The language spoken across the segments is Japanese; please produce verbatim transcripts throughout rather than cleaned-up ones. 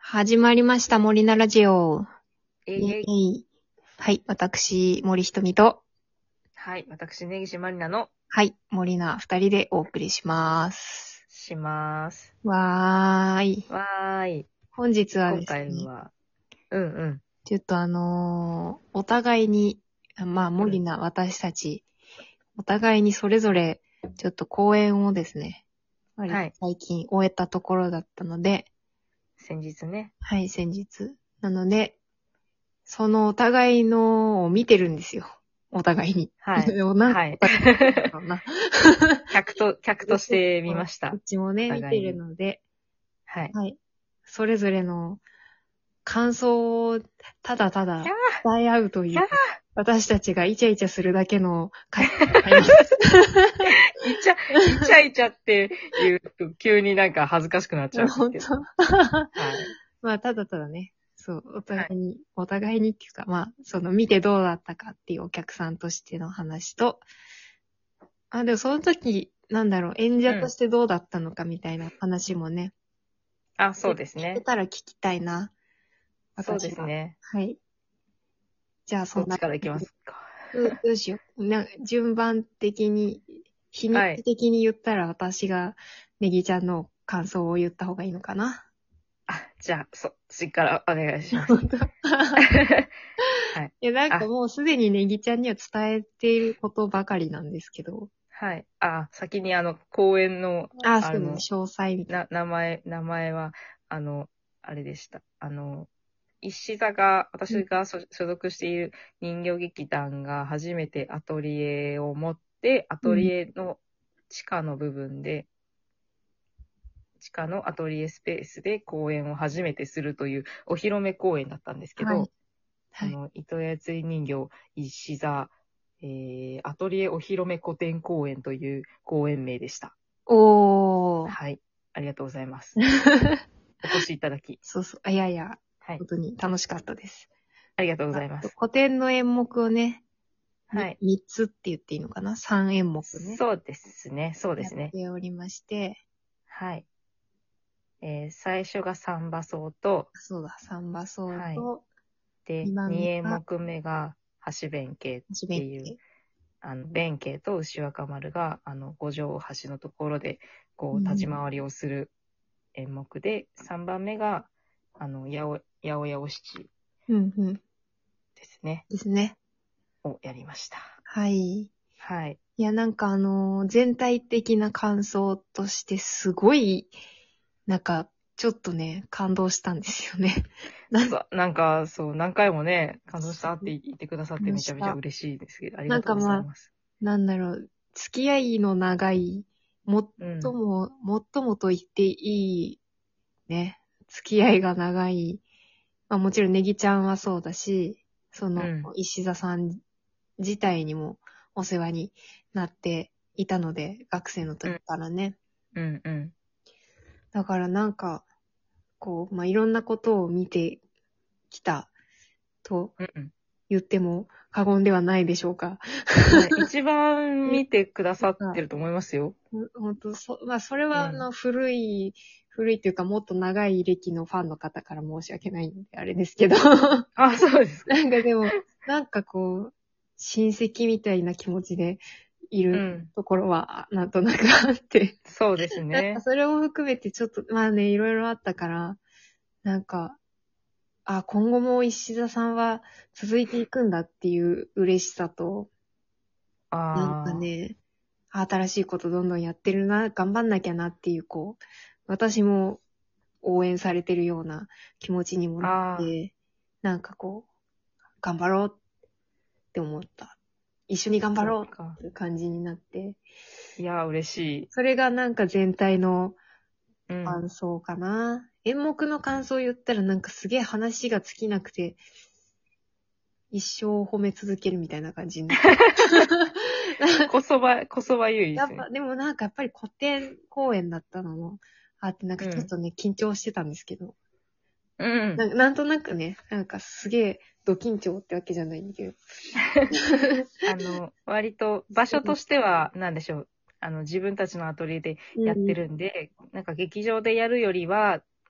始まりました、森菜ラジオ。 えいえい。 イェイはい、私、森ひとみと、 はい。私、根岸まりなの、 はい、森菜二人でお送りします。 しまーす。 わーい。 わーい。 本日は今ですね、 回は、うんうん。 ちょっとあのーお互いに、まあ、森うん菜、私たち、お互いにそれぞれ、ちょっと講演をですね、割とはい。 最近終えたところだったので、 先日ね。 はい、先日。なので、そのお互いのを見てるんですよ。お互いに。 はい。 なんかはい。 お互いなんだろうな。 客と、客としてみましどった。おちもね、見て互いに。 るので、 はい。 はい。それぞれの感想をただただキャー伝え合うという、 キャー私たちがイチャイチャするだけの回になります。 イチャ、イチャイチャって言うと急になんか恥ずかしくなっちゃうんです本けど。 当はい。 まあ、ただただね、そう、おはい。 互いに、お互いにっていうか、まあ、その見てどうだったかっていうお客さんとしての話と、あ、でもその時、なんだろう、演者とうん。 してどうだったのかみたいな話もね、 あ、そう聞ですね。 けたら聞きたいな、 そうで私は。 すね。 はい。じゃあ、そんなどっちからいき感じで。 ますか。 どうどうしよう。な、順番的に、日にちはい。 的に言ったら私がネギちゃんの感想を言った方がいいのかな。 あ、じゃあ、そっちからお願いします。 本当はい。 いや、なんかあ、 もうすでにネギちゃんには伝えていることばかりなんですけど。 はい。あ、先にあの、公演の、 あ、そうだね、 あの、 詳細みたいな、名前、名前は、あの、あれでした。あの、石座が、 な。 私が所所属している人形劇団が初めてアトリエを持って、アトリうん。 エの地下の部分で、地下のアトリエスペースで公演を初めてするというお披露目公演だったんですけはい。 ど、 はい。 あの、糸谷釣り人形石座、えー、アトリエお披露目古典公演という公演名でした。 おー。 はい。ありがとうございます。お越しいただき。 そうそう。あいやいや、 はい。 本当に楽しかったです。 ありがとうごあざいます。 古典の演目をね、み、 はい。 三つって言っていいのかな？三演目ね。 そうですね。そうでやっすね。 ておりまして、 はい。えー、最初が三馬荘と、 そうだ、三馬荘はい。 と、 で、 二番二目が、 演目目が橋弁慶っ八弁ていう、 慶。 あの、弁慶と牛若丸が、あの、五条大橋のところで、こう、 うん立ち回りをする演目で、三番目が、あの、八百八百屋お七うん。うんうん。 ですね。 ですね。 をやりました。 はい。 はい。 いや、なんかあのー全体的な感想としてすごい、なんか、ちょっとね、感動したんですよね。なんそう、なんか、そう、何回もね、感動したって言ってくださってめちゃめちゃ感動した。 嬉しいですけど、ありながとうござんかまあ、 います。 なんだろう、付き合いの長い、 うん。 最も、最もと言っていい、ね、付き合いが長い、まあもちろんネギちゃんはそうだし、その、 うん。 石座さん自体にもお世話になっていたので、学生の時うん。 からね。 うん。うん。 だからなんか、こう、まあいろんなことを見てきたとうん。 言っても過言ではないでしょうか。 はい。一番え見てくださってなんかると思いますよ。 ほんと、そ、まあ、それは、あうん。 の、古い、古いっていうか、もっと長い歴のファンの方から申し訳ないので、あれですけど。 あ、そうですか。 なんかでも、なんかこう、親戚みたいな気持ちでいるうん。 ところは、なんとなくあって。 そうですなんかね。 それも含めてちょっと、まあね、いろいろあったから、なんか、あ、今後も石田さんは続いていくんだっていう嬉しさと、なんかあね、新しいことどんどんやってるな、頑張んなきゃなっていう、こう、私も応援されてるような気持ちにもあ、 なっああ、 て、なんかこう、頑張ろうって思った。一緒に頑張ろうそっか。 っていう感じになって、 いやー、嬉しい。 それがなんか全体のうん。 感想かな。演目の感想を言ったらなんかすげえ話が尽きなくて、一生褒め続けるみたいな感じになって。 こそば、こそばゆいですね。 やっぱ、でもなんかやっぱり古典公演だったのもあって、なんかちょっとね、緊張してたんですけど、 うん。 ななんとなくね、なんかすげえド緊張ってわけじゃないんだけど。 あの、割と場所としては、なんでしょう。あの、自分たちのアトリエでうん。 やってるんで、なんか劇場でやるよりは、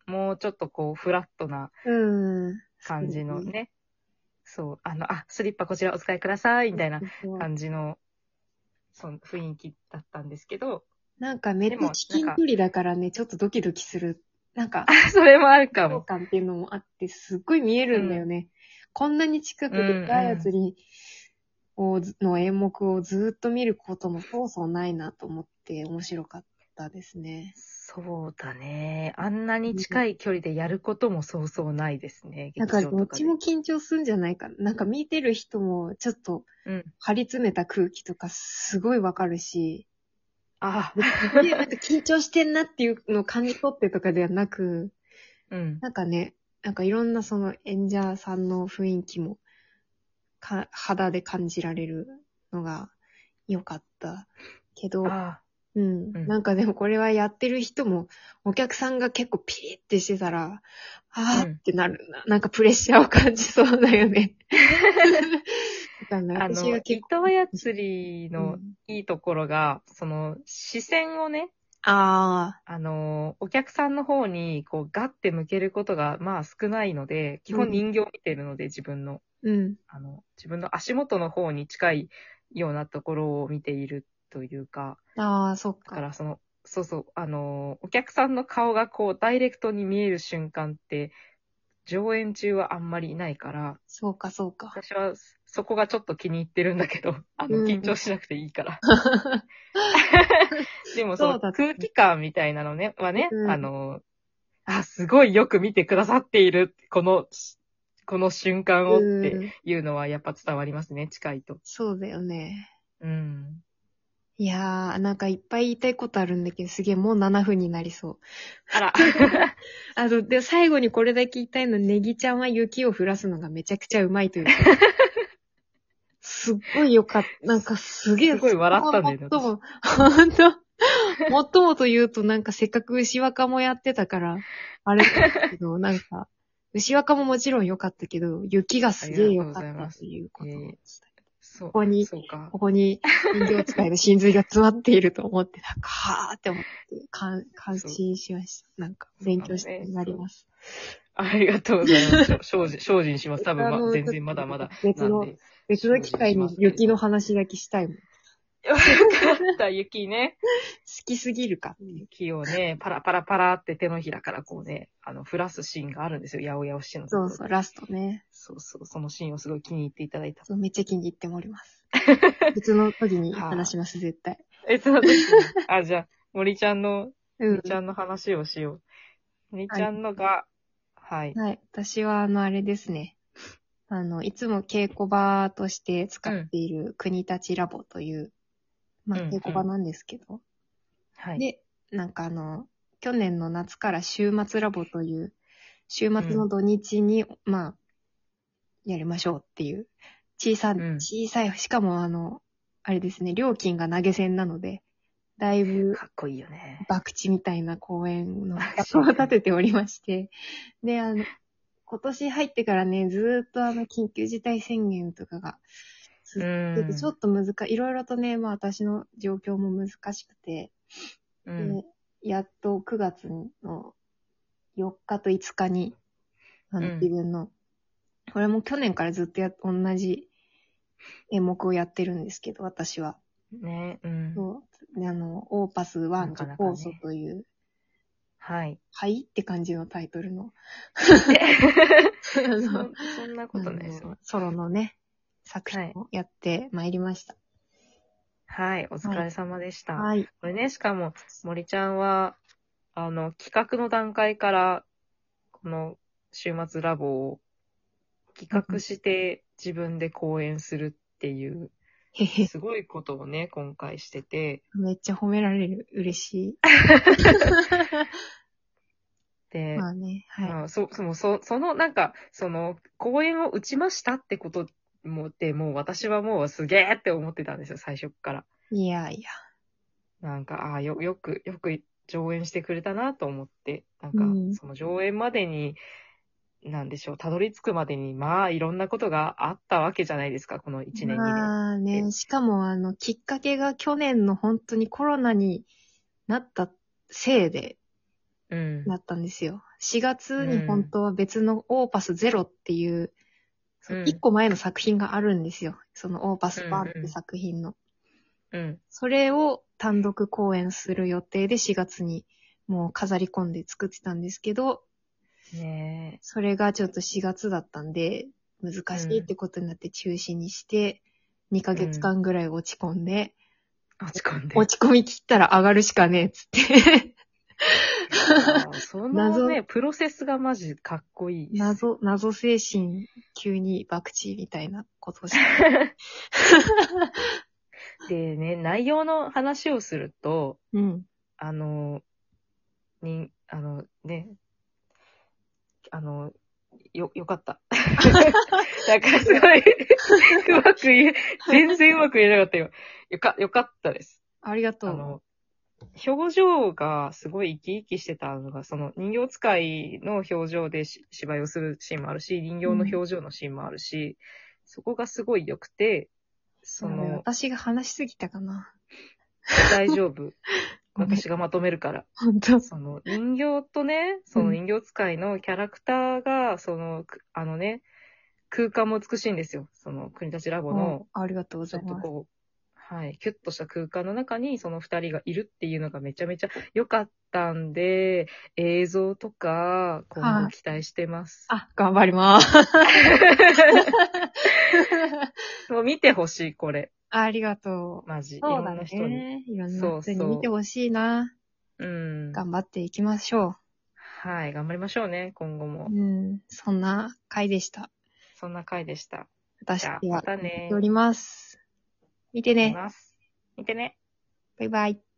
もうちょっとこう、フラットなうん。 感じのね、そう、あの、あ、スリッパこちらお使いください、みたいなそう感じの、その雰囲気だったんですけど、 なんかめっでも、 ちゃ至なんか、 近距離だからね、ちょっとドキドキする。なんか、 あ、それもあるか交も。 感っていうのもあって、すっごい見えるんだよね。こんなに近うん、 くでガヤうん。 釣りをずの演目をずっと見ることもそうそうないなと思って面白かったですね。 そうだね。あんなにね近い距離でやることもそうそうないですね。 なん劇かどっちも場とかで。 緊張するんじゃないかな。なんか見てる人もちょっとうん。 張り詰めた空気とかすごいわかるし、 あ、 ですげえなんか緊張してんなっていうのを感じ取ってとかではなく、 うん。 なんかね、なんかいろんなその演者さんの雰囲気もか肌で感じられるのが良かったけど、 あ、 うん。 うん。 なんかでもこれはやってる人も、お客さんが結構ピリってしてたら、あーうんってなるな。なんかプレッシャーを感じそうだよね。だからね、 あの、 私が結構、 糸やつりのうん、 いいところが、その、視線をね、 ああ、 あの、お客さんの方に、こう、ガッて向けることが、まあ少ないので、基うん、 本人形を見てるので、自分の、 うん。 あの、自分の足元の方に近いようなところを見ているというか、 ああ、そっか。 だからその、そうそう、あの、お客さんの顔がこう、ダイレクトに見える瞬間って、上演中はあんまりいないから、 そうか、そうか。 私はそこがちょっと気に入ってるんだけど、あの、 うん。 緊張しなくていいから。でもそのそうだった。 空気感みたいなのね、はね、 うん。 あの、あ、すごいよく見てくださっている、この、この瞬間をってうん。 いうのはやっぱ伝わりますね、近いと。 そうだよね。 うん。 いやー、なんかいっぱい言いたいことあるんだけど、すげえもうななふんになりそう。 あら。 あの、で、最後にこれだけ言いたいのは、ネギちゃんは雪を降らすのがめちゃくちゃうまいというか、すっごいよかった。なんかすげえ、 すごい笑ったんだよね、私。 もっとも、ほんと、もっともと言うとなんかせっかく牛若もやってたから、あれだけど、なんか、牛若ももちろん良かったけど、雪がすげえ良ありがとうごかったとざいます。 いうことを伝ええーそう、 ここに、 そうか。 ここに人形使いの真髄が詰まっていると思って、なんか、はーって思って、感、感そう、 心しました。なんか、 そう勉強なのね。 したくなりそう。 ます。 ありがとうございます。しょ精進、精進します。多分、ま、 あの、ち全ょっ然まだまだと別の、 なんで、 別の精進しま機会にすけれども。 雪の話だけしたいもん。好よかった、雪ね。 きすぎるかっていう。 雪をね、パラパラパラって手のひらからこうね、あの、降らすシーンがあるんですよ。八百屋しのとそうそう、 ころで。 ラストね。 そうそう、そのシーンをすごい気に入っていただいた。 そう、めっちゃ気に入っております。別の時に話はします、絶対。 い、え、その時に。あ、じゃあ、森ちゃんの、 うん。 森ちゃんの話をしよう。森はい。 ちゃんのが、はい。 はい。私は、あの、あれですね。あの、いつも稽古場として使っうん、 ている国立ラボという、まあ、 うん、 稽うん。 古場なんですけど。 はい。 で、なんかあの、去年の夏から週末ラボという、週うん、 末の土日に、まあ、やりましょうっていう、小さ、 うん。 小さい、しかもあの、あれですね、料金が投げ銭なので、だいぶ、 かっこいいよね。 博打みたいな公演の爆額を立心みたいな。 てておりまして、で、あの、今年入ってからね、ずーっとあの、緊急事態宣言とかがう続いてて、ちょん、 っと難か、いろいろとね、まあ私の状況も難しくて、で、 うん、 やっとくがつのよっかといつかに、あの、自うん。 分の、これも去年からずっとや、同じ演目をやってるんですけど、私は。 ね、うん。 そうであの、オーパスワンなかと酵素なかね。 という、 はい。 はいって感じのタイトルの、 えあの、 そん、そんなあことないですよ。 のソロのね、作はい。 品をやってまいりました。 はい、お疲はい。 れ様でした。 はい。 これね、しかも、森ちゃんは、あの、企画の段階から、この週末ラボを企画して自分で講演するっていう、 へへ。 すごいことをね、今回してて、 めっちゃ褒められる。嬉しい。 で、 まあね、はい。 まあ、そ、その、そ、その、なんか、その、講演を打ちましたってことも、でもう私はもうすげーって思ってたんですよ、最初から。 いやいや。 なんか、ああ、よ、よく、よく上演してくれたなと思って、なんか、 うん。 その上演までに、なんでしょう、たどり着くまでに、まあ、いろんなことがあったわけじゃないですか、このいちねん、にねんで。 まあね、しかもあの、きっかけが去年の本当にコロナになったせいで、 うん。 だったんですよ。しがつに本当は別のオーパスゼロっていう、 うん。 いっこまえの作品があるんですよ。そのオーパスワンってうんうん作品の。 うん。 それを単独公演する予定でしがつにもう飾り込んで作ってたんですけど、 ねそれがちょっとしがつだったんで、難しいってことになって中止にして、にかげつかんぐらい落ち込んで、 え。落ち込んで。 落ち込み切ったら上がるしかねえっつってあーその謎ね、プロセスがマジかっこいいっすよ。 謎、謎精神、急に爆地みたいなことをして。 でね、内容の話をすると、 うん。 あの、に、あのね、あの、よ、よかった。なんかすごい、うまく言え、全然うまく言えなかったよ。よか、よかったです。 ありがとう。 あの、表情がすごい生き生きしてたのが、その人形使いの表情でし芝居をするシーンもあるし、人形の表情のシーンもあるし、そこがすごい良くて、そやべの、 私が話しすぎたかな。 大丈夫。 ごめん。 私がまとめるから。 本当。 その人形とね、その人形使いのキャラクターが、その、くあのね、空間も美しいんですよ。その国立ラボうんの、 ありがとうごちざいます。 ょっとこう、はい、キュッとした空間の中にその二人がいるっていうのがめちゃめちゃ良かったんで、映像とか今後はい。 期待してます。 あ、頑張ります。 もう見てほしい、これ。 ありがとう。 マジ。いろそうだんな人に。 ね。いろんなそう人に見てそほしいな。 う。うん。 頑張っていきましょはい、頑張りましょうね、今後う。 も。 うん。そんな回でした。 そんな回でした。 私じゃあ、まはたね。 見ております。見てね。 見ます。見てね。 バイバイ。